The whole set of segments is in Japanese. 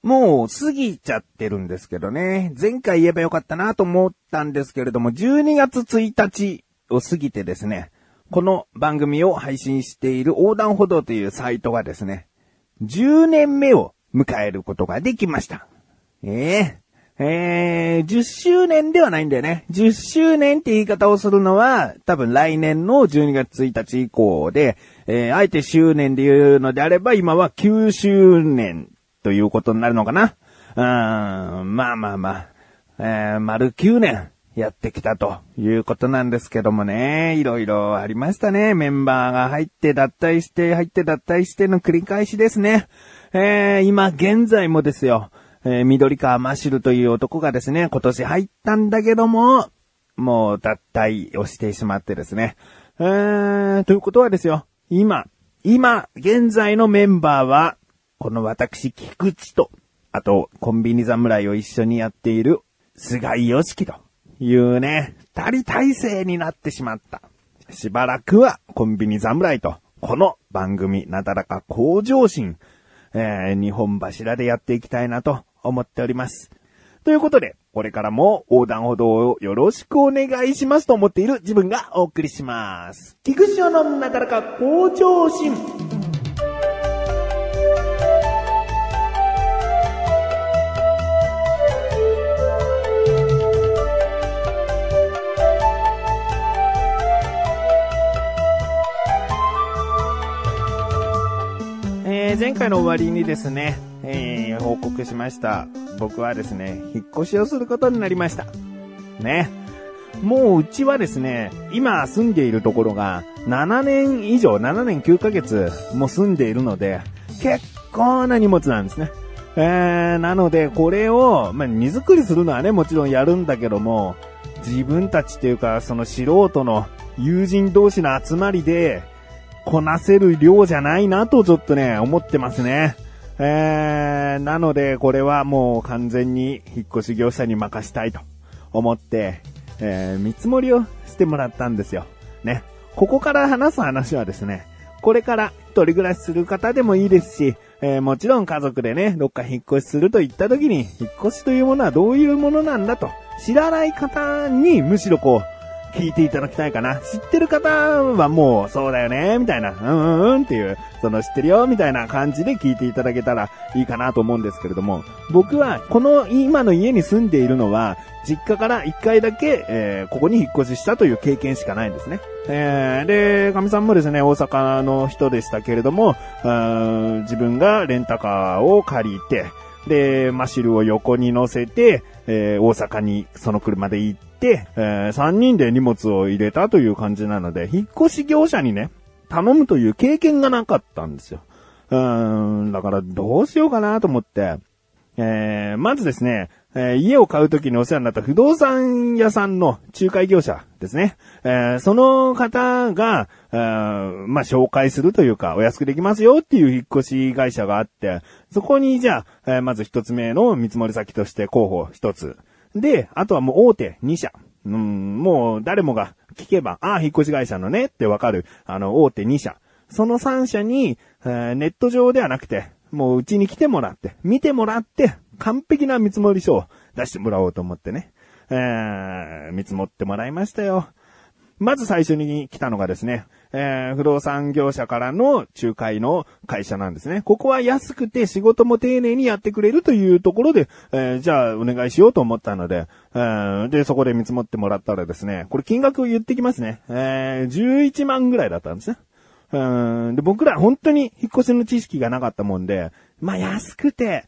もう過ぎちゃってるんですけどね。前回言えばよかったなと思ったんですけれども、12月1日を過ぎてですね、この番組を配信している横断歩道というサイトがですね、10年目を迎えることができました。10周年ではないんだよね。10周年って言い方をするのは、多分来年の12月1日以降で、あえて周年で言うのであれば、今は9周年ということになるのかな。丸9年やってきたということなんですけどもね、いろいろありましたね。メンバーが入って脱退して、入って脱退しての繰り返しですね。今現在もですよ。緑川マシュルという男がですね、今年入ったんだけども、もう脱退をしてしまってですね。ということはですよ、今、現在のメンバーは、この私、菊池と、あと、コンビニ侍を一緒にやっている、菅井良樹というね、二人体制になってしまった。しばらくは、コンビニ侍と、この番組、なだらか向上心、日本柱でやっていきたいなと思っております。ということで、これからも横断歩道をよろしくお願いしますと思っている自分がお送りします。菊池のなだらか向上心。前回の終わりにですね、報告しました。僕はですね、引っ越しをすることになりました。ね。もううちはですね、今住んでいるところが7年9ヶ月も住んでいるので、結構な荷物なんですね。なのでこれを、荷造りするのはね、もちろんやるんだけども、自分たちというか、その素人の友人同士の集まりで、こなせる量じゃないなとちょっとね、思ってますね。なので、これはもう完全に引っ越し業者に任したいと思って、見積もりをしてもらったんですよ。ね。ここから話す話はですね、これから一人暮らしする方でもいいですし、もちろん家族でね、どっか引っ越しするといった時に、引っ越しというものはどういうものなんだと、知らない方にむしろ聞いていただきたいかな。知ってる方はもうそうだよねみたいなっていう知ってるよみたいな感じで聞いていただけたらいいかなと思うんですけれども、僕はこの今の家に住んでいるのは実家から1回だけ、ここに引っ越ししたという経験しかないんですね。で、かみさんもですね、大阪の人でしたけれども、自分がレンタカーを借りて、で、マシルを横に乗せて、大阪にその車で行って、3人で荷物を入れたという感じなので、引っ越し業者にね、頼むという経験がなかったんですよ。だからどうしようかなと思って、まずですね、家を買うときにお世話になった不動産屋さんの仲介業者ですね。その方が、紹介するというか、お安くできますよっていう引っ越し会社があって、そこにじゃあ、まず一つ目の見積もり先として候補一つ。で、あとはもう大手2社。もう誰もが聞けば、引っ越し会社のねってわかる、大手2社。その3社に、ネット上ではなくて、もううちに来てもらって、見てもらって、完璧な見積もり書を出してもらおうと思ってね。見積もってもらいましたよ。まず最初に来たのがですね、不動産業者からの仲介の会社なんですね。ここは安くて仕事も丁寧にやってくれるというところで、じゃあお願いしようと思ったので、で、そこで見積もってもらったらですね、これ金額を言ってきますね。11万ぐらいだったんですね。で、僕ら本当に引っ越しの知識がなかったもんで、安くて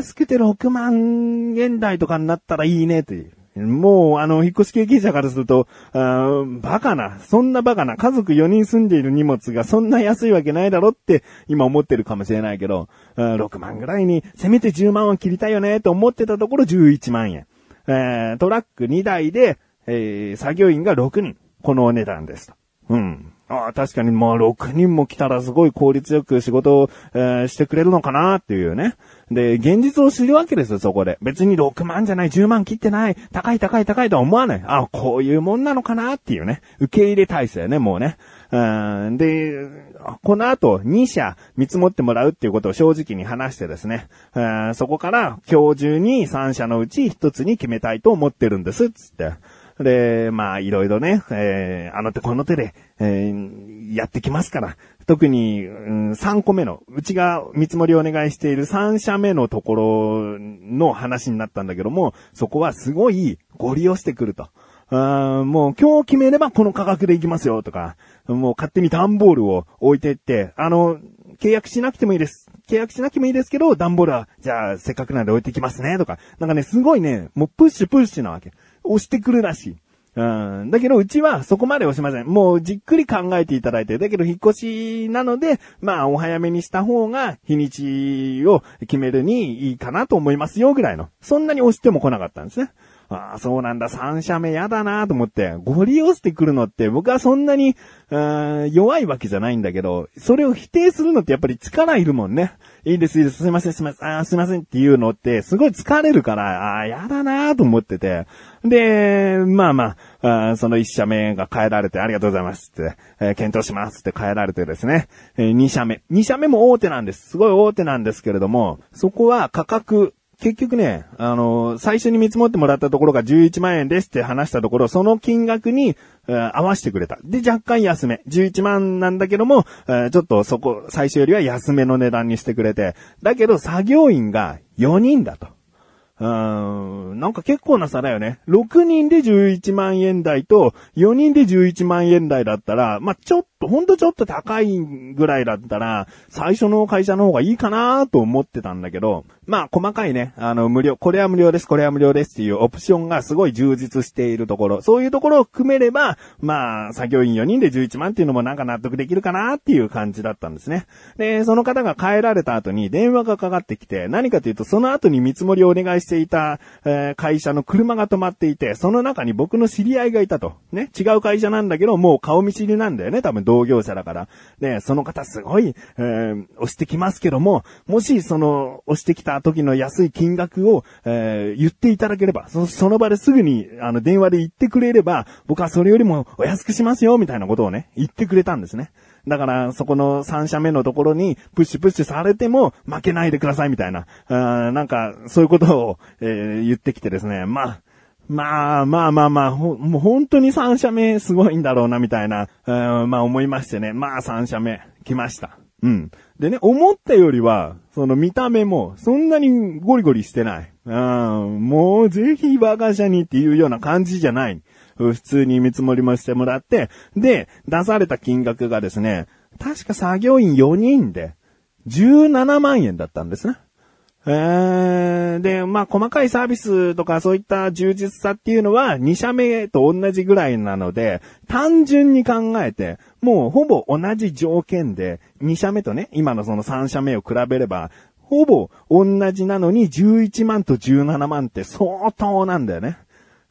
6万円台とかになったらいいねという。もう、引っ越し経験者からすると、そんなバカな、家族4人住んでいる荷物がそんな安いわけないだろって今思ってるかもしれないけど、6万ぐらいにせめて10万は切りたいよねと思ってたところ11万円。トラック2台で、作業員が6人。このお値段ですと。 確かにもう6人も来たらすごい効率よく仕事を、してくれるのかなっていうね。で、現実を知るわけですよ、そこで。別に6万じゃない、10万切ってない、高いとは思わない。こういうもんなのかなっていうね。受け入れ体制ね、もうね。で、この後2社見積もってもらうっていうことを正直に話してですね。そこから今日中に3社のうち1つに決めたいと思ってるんです、つって。で、いろいろね、あの手この手で、やってきますから。特に、3個目の、うちが見積もりをお願いしている3社目のところの話になったんだけども、そこはすごいご利用してくると。もう今日決めればこの価格でいきますよとか、もう勝手に段ボールを置いてって、契約しなくてもいいです。契約しなくてもいいですけど、段ボールは、じゃあせっかくなんで置いてきますねとか。なんかね、すごいね、もうプッシュなわけ。押してくるらしい。だけどうちはそこまで押しません。もうじっくり考えていただいて、だけど引っ越しなので、お早めにした方が日にちを決めるにいいかなと思いますよぐらいの。そんなに押しても来なかったんですね。そうなんだ、3社目やだなと思って、ご利用してくるのって僕はそんなに、弱いわけじゃないんだけど、それを否定するのってやっぱり力いるもんね。いいです、すいませんっていうのってすごい疲れるから、やだなと思ってて。で、その1社目が変えられてありがとうございますって、検討しますって変えられてですね、2社目も大手なんです。すごい大手なんですけれども、そこは価格、結局ね、最初に見積もってもらったところが11万円ですって話したところ、その金額に、合わせてくれた。で、若干安め。11万なんだけども、ちょっと最初よりは安めの値段にしてくれて。だけど、作業員が4人だと。なんか結構な差だよね。6人で11万円台と4人で11万円台だったら、ほんとちょっと高いぐらいだったら、最初の会社の方がいいかなと思ってたんだけど、細かいね、無料、これは無料です、これは無料ですっていうオプションがすごい充実しているところ、そういうところを含めれば、作業員4人で11万っていうのもなんか納得できるかなっていう感じだったんですね。で、その方が帰られた後に電話がかかってきて、何かというとその後に見積もりをお願いしていた、会社の車が止まっていて、その中に僕の知り合いがいたと。ね、違う会社なんだけど、もう顔見知りなんだよね、多分同業者だから。で、その方すごい、押してきますけども、もし押してきた時の安い金額を、言っていただければ、その場ですぐに、電話で言ってくれれば、僕はそれよりもお安くしますよ、みたいなことをね、言ってくれたんですね。だから、そこの3社目のところにプッシュされても負けないでくださいみたいな、なんか、そういうことを、言ってきてですね。もう本当に3社目すごいんだろうなみたいな、思いましてね。3社目来ました。でね、思ったよりは、見た目もそんなにゴリゴリしてない。もうぜひ我が社にっていうような感じじゃない。普通に見積もりもしてもらって、で、出された金額がですね、確か作業員4人で17万円だったんですね。で、細かいサービスとかそういった充実さっていうのは2社目と同じぐらいなので、単純に考えて、もうほぼ同じ条件で、2社目とね、今のその3社目を比べれば、ほぼ同じなのに11万と17万って相当なんだよね。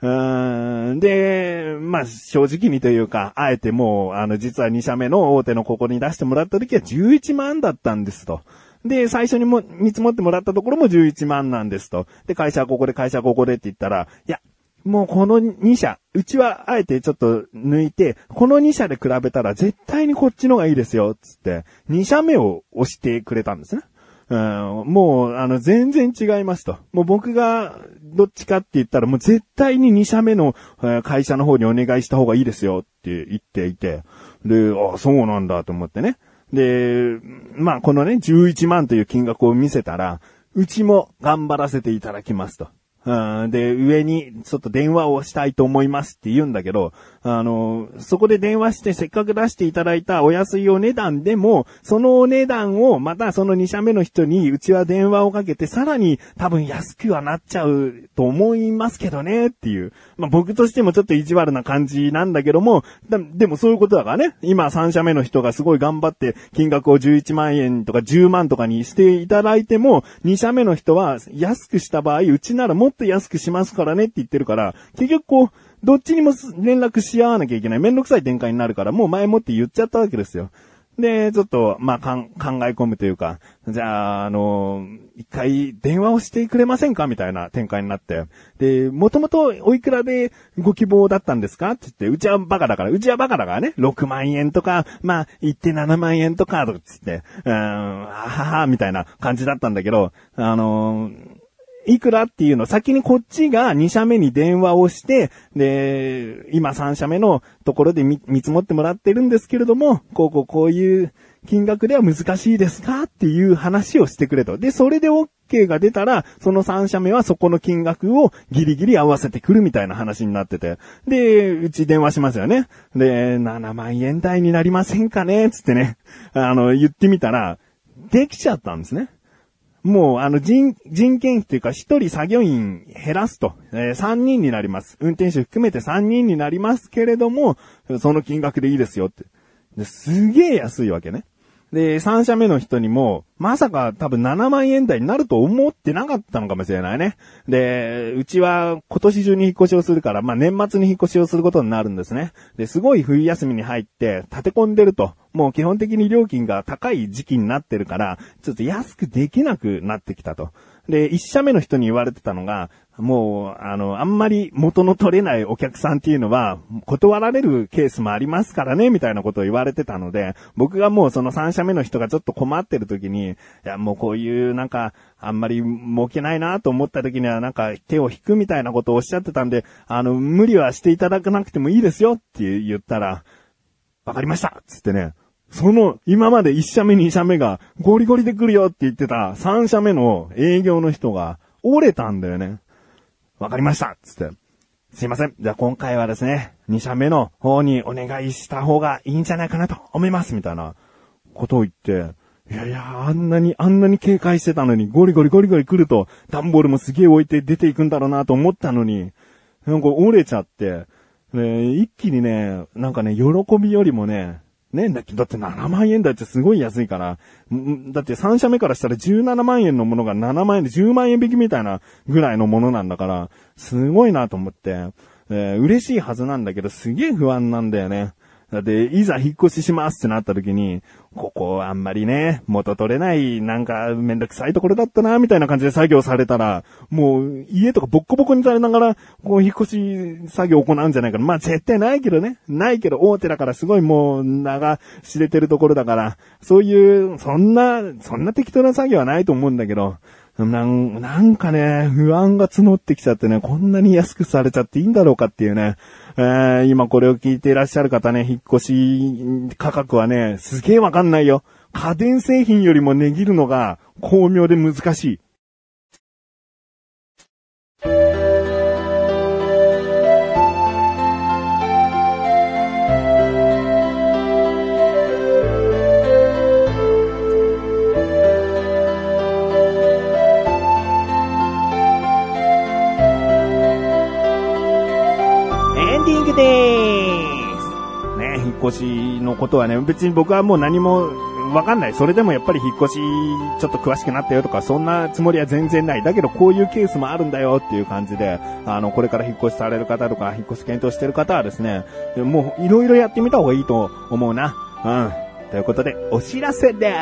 で、正直にというか、あえてもう、実は2社目の大手のここに出してもらった時は11万だったんですと。で、最初にも見積もってもらったところも11万なんですと。で、会社はここでって言ったら、いや、もうこの2社、うちはあえてちょっと抜いて、この2社で比べたら絶対にこっちのがいいですよ、つって、2社目を押してくれたんですね。もう、全然違いますと。もう僕が、どっちかって言ったら、もう絶対に2社目の会社の方にお願いした方がいいですよって言っていて、で、そうなんだと思ってね。で、このね、11万という金額を見せたら、うちも頑張らせていただきますと。で、上にちょっと電話をしたいと思いますって言うんだけど、そこで電話してせっかく出していただいたお安いお値段でも、そのお値段をまたその2社目の人にうちは電話をかけてさらに多分安くはなっちゃうと思いますけどねっていう。僕としてもちょっと意地悪な感じなんだけども、でもそういうことだからね。今3社目の人がすごい頑張って金額を11万円とか10万とかにしていただいても、2社目の人は安くした場合、うちならもっと安くしますからねって言ってるから、結局どっちにも連絡し合わなきゃいけないめんどくさい展開になるから、もう前もって言っちゃったわけですよ。で、ちょっと、考え込むというか、じゃあ、一回電話をしてくれませんかみたいな展開になって。で、もともとおいくらでご希望だったんですかって言って、うちはバカだからね、6万円とか、言って7万円とか、とかつって、みたいな感じだったんだけど、いくらっていうの先にこっちが2社目に電話をして、で、今3社目のところで見積もってもらってるんですけれども、こういう金額では難しいですかっていう話をしてくれと。で、それで OK が出たら、その3社目はそこの金額をギリギリ合わせてくるみたいな話になってて。で、うち電話しますよね。で、7万円台になりませんかねつってね、言ってみたら、できちゃったんですね。もう、人件費というか、一人作業員減らすと、3人になります。運転手含めて3人になりますけれども、その金額でいいですよって。すげえ安いわけね。で、3社目の人にも、まさか多分7万円台になると思ってなかったのかもしれないね。で、うちは今年中に引っ越しをするから、年末に引っ越しをすることになるんですね。で、すごい冬休みに入って立て込んでると、もう基本的に料金が高い時期になってるから、ちょっと安くできなくなってきたと。で、1社目の人に言われてたのが、もう、あんまり元の取れないお客さんっていうのは、断られるケースもありますからね、みたいなことを言われてたので、僕がもうその3社目の人がちょっと困ってる時に、いや、もうこういうあんまり儲けないなと思った時には手を引くみたいなことをおっしゃってたんで、無理はしていただかなくてもいいですよって言ったら、わかりましたつってね、今まで1社目2社目がゴリゴリで来るよって言ってた3社目の営業の人が折れたんだよね。わかりましたつって。すいません。じゃあ今回はですね、2社目の方にお願いした方がいいんじゃないかなと思いますみたいなことを言って、いや、あんなに警戒してたのにゴリゴリ来ると、段ボールもすげえ置いて出ていくんだろうなと思ったのに、折れちゃって、一気にね、喜びよりもね、だって7万円台ってすごい安いから、だって3社目からしたら17万円のものが7万円で10万円引きみたいなぐらいのものなんだから、すごいなと思って、嬉しいはずなんだけど、すげえ不安なんだよね。だって、いざ引っ越ししますってなった時に、ここあんまりね、元取れない、めんどくさいところだったな、みたいな感じで作業されたら、もう、家とかボッコボコにされながら、引っ越し作業を行うんじゃないかな。絶対ないけどね。ないけど、大手だからすごいもう、知れてるところだから、そういう、そんな適当な作業はないと思うんだけど、不安が募ってきちゃってね、こんなに安くされちゃっていいんだろうかっていうね。今これを聞いていらっしゃる方ね、引っ越し価格はね、すげえわかんないよ。家電製品よりも値切るのが巧妙で難しい。引っ越しのことはね、別に僕はもう何もわかんない。それでもやっぱり引っ越しちょっと詳しくなったよとか、そんなつもりは全然ない。だけどこういうケースもあるんだよっていう感じで、これから引っ越しされる方とか、引っ越し検討してる方はですね、もういろいろやってみた方がいいと思うな。ということで、お知らせです。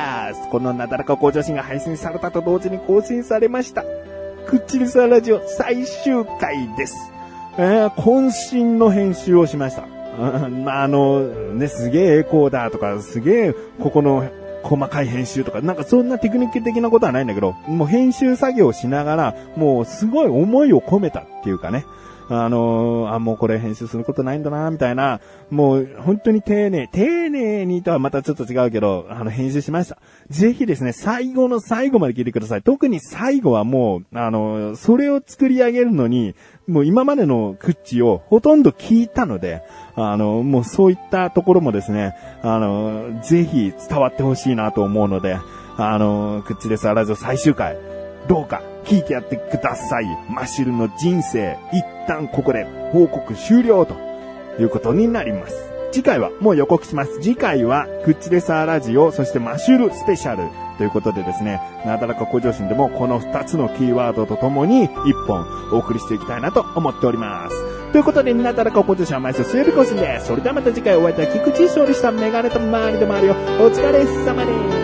このなだらか向上心が配信されたと同時に更新されました。クッチリスラジオ最終回です。渾身の編集をしました。すげえエコーだとか、すげえここの細かい編集とか、そんなテクニック的なことはないんだけど、もう編集作業をしながら、もうすごい思いを込めたっていうかね。もうこれ編集することないんだな、みたいな、もう本当に丁寧にとはまたちょっと違うけど、編集しました。ぜひですね、最後の最後まで聞いてください。特に最後はもう、それを作り上げるのに、もう今までのクッチをほとんど聞いたので、もうそういったところもですね、ぜひ伝わってほしいなと思うので、クッチレスラジオ最終回、どうか聞いてやってください。マシュルの人生、一旦ここで報告終了ということになります。 次回は、もう予告します。次回は、クッチレサーラジオ、そしてマシュルスペシャルということでですね、なだらか向上心でもこの2つのキーワードとともに1本お送りしていきたいなと思っております。ということで、なだらか向上心は毎週水曜日更新です。それではまた次回お会いいたい菊池勝利したメガネと周りでもあるよ。お疲れ様です。